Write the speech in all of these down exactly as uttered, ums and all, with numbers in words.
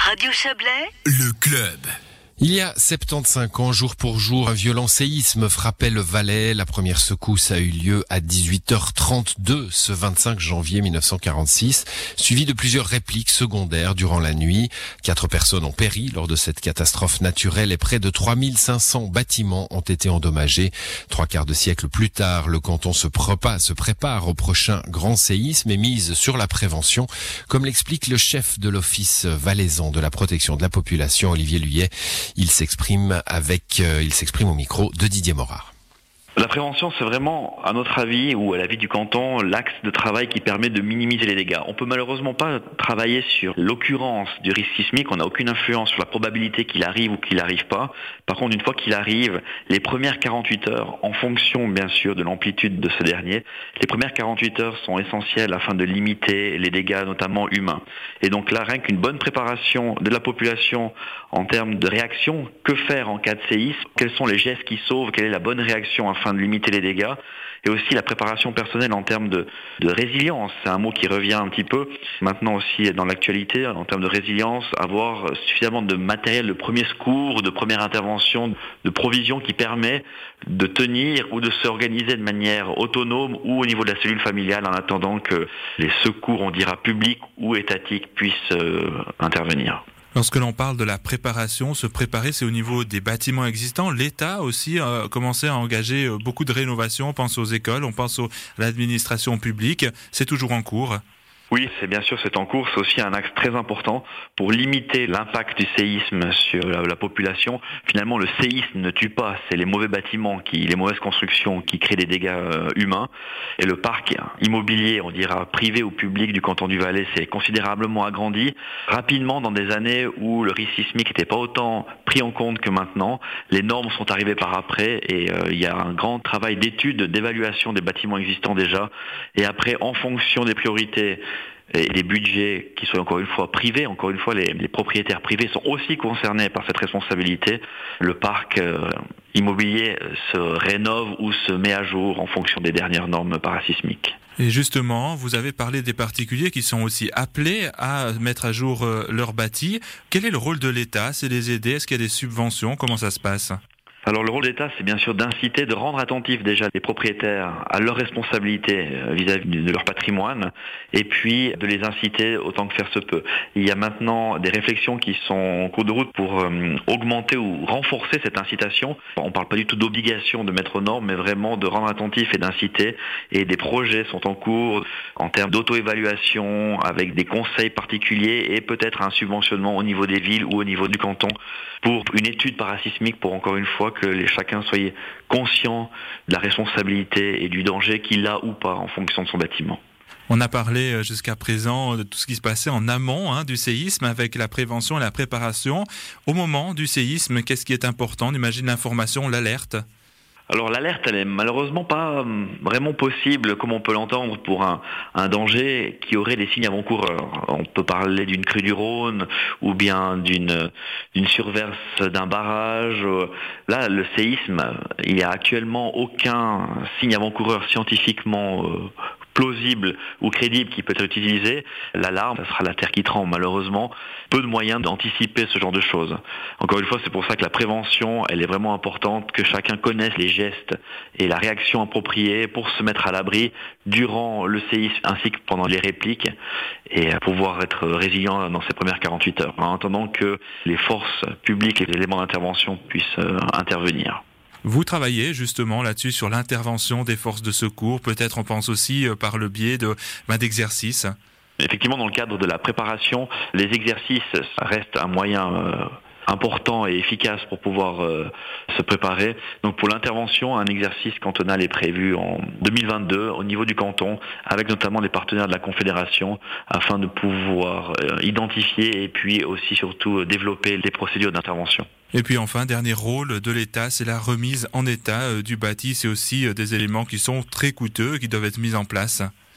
Radio Chablais, le club. Il y a soixante-quinze ans, jour pour jour, un violent séisme frappait le Valais. La première secousse a eu lieu à dix-huit heures trente-deux ce vingt-cinq janvier mille neuf cent quarante-six, suivi de plusieurs répliques secondaires durant la nuit. Quatre personnes ont péri lors de cette catastrophe naturelle et près de trois mille cinq cents bâtiments ont été endommagés. Trois quarts de siècle plus tard, le canton se prépare, se prépare au prochain grand séisme et mise sur la prévention, comme l'explique le chef de l'Office valaisan de la protection de la population, Olivier Luyet. Il s'exprime avec, euh, il s'exprime au micro de Didier Morard. La prévention, c'est vraiment, à notre avis, ou à l'avis du canton, l'axe de travail qui permet de minimiser les dégâts. On peut malheureusement pas travailler sur l'occurrence du risque sismique, on n'a aucune influence sur la probabilité qu'il arrive ou qu'il n'arrive pas. Par contre, une fois qu'il arrive, les premières quarante-huit heures, en fonction bien sûr de l'amplitude de ce dernier, les premières quarante-huit heures sont essentielles afin de limiter les dégâts, notamment humains. Et donc là, rien qu'une bonne préparation de la population en termes de réaction, que faire en cas de séisme, quels sont les gestes qui sauvent, quelle est la bonne réaction afin de limiter les dégâts, et aussi la préparation personnelle en termes de, de résilience, c'est un mot qui revient un petit peu maintenant aussi dans l'actualité, en termes de résilience, avoir suffisamment de matériel de premier secours, de première intervention, de provision qui permet de tenir ou de s'organiser de manière autonome ou au niveau de la cellule familiale en attendant que les secours, on dira publics ou étatiques, puissent euh, intervenir. Lorsque l'on parle de la préparation, se préparer, c'est au niveau des bâtiments existants. L'État aussi a commencé à engager beaucoup de rénovations. On pense aux écoles, on pense à l'administration publique. C'est toujours en cours. Oui, c'est bien sûr, c'est en cours. C'est aussi un axe très important pour limiter l'impact du séisme sur la, la population. Finalement, le séisme ne tue pas. C'est les mauvais bâtiments, qui, les mauvaises constructions qui créent des dégâts euh, humains. Et le parc immobilier, on dira privé ou public du canton du Valais, s'est considérablement agrandi. Rapidement, dans des années où le risque sismique n'était pas autant pris en compte que maintenant, les normes sont arrivées par après et euh, il y a un grand travail d'étude, d'évaluation des bâtiments existants déjà. Et après, en fonction des priorités, et les budgets qui sont encore une fois privés, encore une fois les, les propriétaires privés sont aussi concernés par cette responsabilité. Le parc euh, immobilier se rénove ou se met à jour en fonction des dernières normes parasismiques. Et justement, vous avez parlé des particuliers qui sont aussi appelés à mettre à jour euh, leur bâti. Quel est le rôle de l'État? C'est les aider? Est-ce qu'il y a des subventions? Comment ça se passe? Alors le rôle de l'État, c'est bien sûr d'inciter, de rendre attentifs déjà les propriétaires à leurs responsabilités vis-à-vis de leur patrimoine, et puis de les inciter autant que faire se peut. Il y a maintenant des réflexions qui sont en cours de route pour euh, augmenter ou renforcer cette incitation. On ne parle pas du tout d'obligation de mettre aux normes, mais vraiment de rendre attentifs et d'inciter. Et des projets sont en cours en termes d'auto-évaluation, avec des conseils particuliers et peut-être un subventionnement au niveau des villes ou au niveau du canton pour une étude parasismique pour encore une fois que les, chacun soit conscient de la responsabilité et du danger qu'il a ou pas en fonction de son bâtiment. On a parlé jusqu'à présent de tout ce qui se passait en amont hein, du séisme avec la prévention et la préparation. Au moment du séisme, qu'est-ce qui est important? On imagine l'information, l'alerte. Alors l'alerte, elle est malheureusement pas vraiment possible, comme on peut l'entendre, pour un, un danger qui aurait des signes avant-coureurs. On peut parler d'une crue du Rhône ou bien d'une, d'une surverse d'un barrage. Là, le séisme, il n'y a actuellement aucun signe avant-coureur scientifiquement euh, plausible ou crédible qui peut être utilisé. L'alarme, ça sera la terre qui tremble malheureusement. Peu de moyens d'anticiper ce genre de choses. Encore une fois, c'est pour ça que la prévention, elle est vraiment importante, que chacun connaisse les gestes et la réaction appropriée pour se mettre à l'abri durant le séisme ainsi que pendant les répliques et pouvoir être résilient dans ces premières quarante-huit heures, en attendant que les forces publiques et les éléments d'intervention puissent intervenir. Vous travaillez justement là-dessus sur l'intervention des forces de secours, peut-être on pense aussi par le biais de, ben, d'exercices. Effectivement, dans le cadre de la préparation, les exercices restent un moyen euh, important et efficace pour pouvoir euh, se préparer. Donc pour l'intervention, un exercice cantonal est prévu en deux mille vingt-deux au niveau du canton, avec notamment des partenaires de la Confédération, afin de pouvoir euh, identifier et puis aussi surtout euh, développer des procédures d'intervention. Et puis enfin, dernier rôle de l'État, c'est la remise en état euh, du bâti. C'est aussi euh, des éléments qui sont très coûteux, qui doivent être mis en place.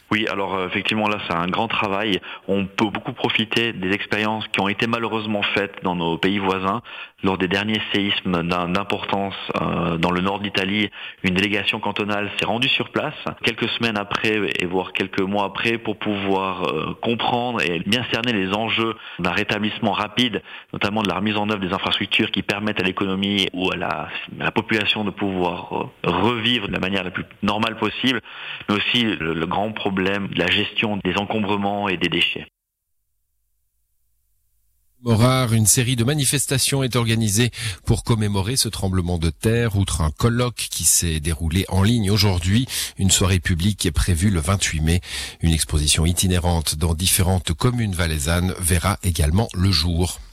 Oui, alors euh, effectivement là c'est un grand travail. On peut beaucoup profiter des expériences qui ont été malheureusement faites dans nos pays voisins. Lors des derniers séismes d'importance euh, dans le nord d'Italie, une délégation cantonale s'est rendue sur place quelques semaines après et voire quelques mois après pour pouvoir euh, comprendre et bien cerner les enjeux d'un rétablissement rapide, notamment de la remise en œuvre des infrastructures qui permettent à l'économie ou à la, à la population de pouvoir euh, revivre de la manière la plus normale possible, mais aussi le, le grand problème de la gestion des encombrements et des déchets. Morard, une série de manifestations est organisée pour commémorer ce tremblement de terre, outre un colloque qui s'est déroulé en ligne aujourd'hui. Une soirée publique est prévue le vingt-huit mai. Une exposition itinérante dans différentes communes valaisannes verra également le jour.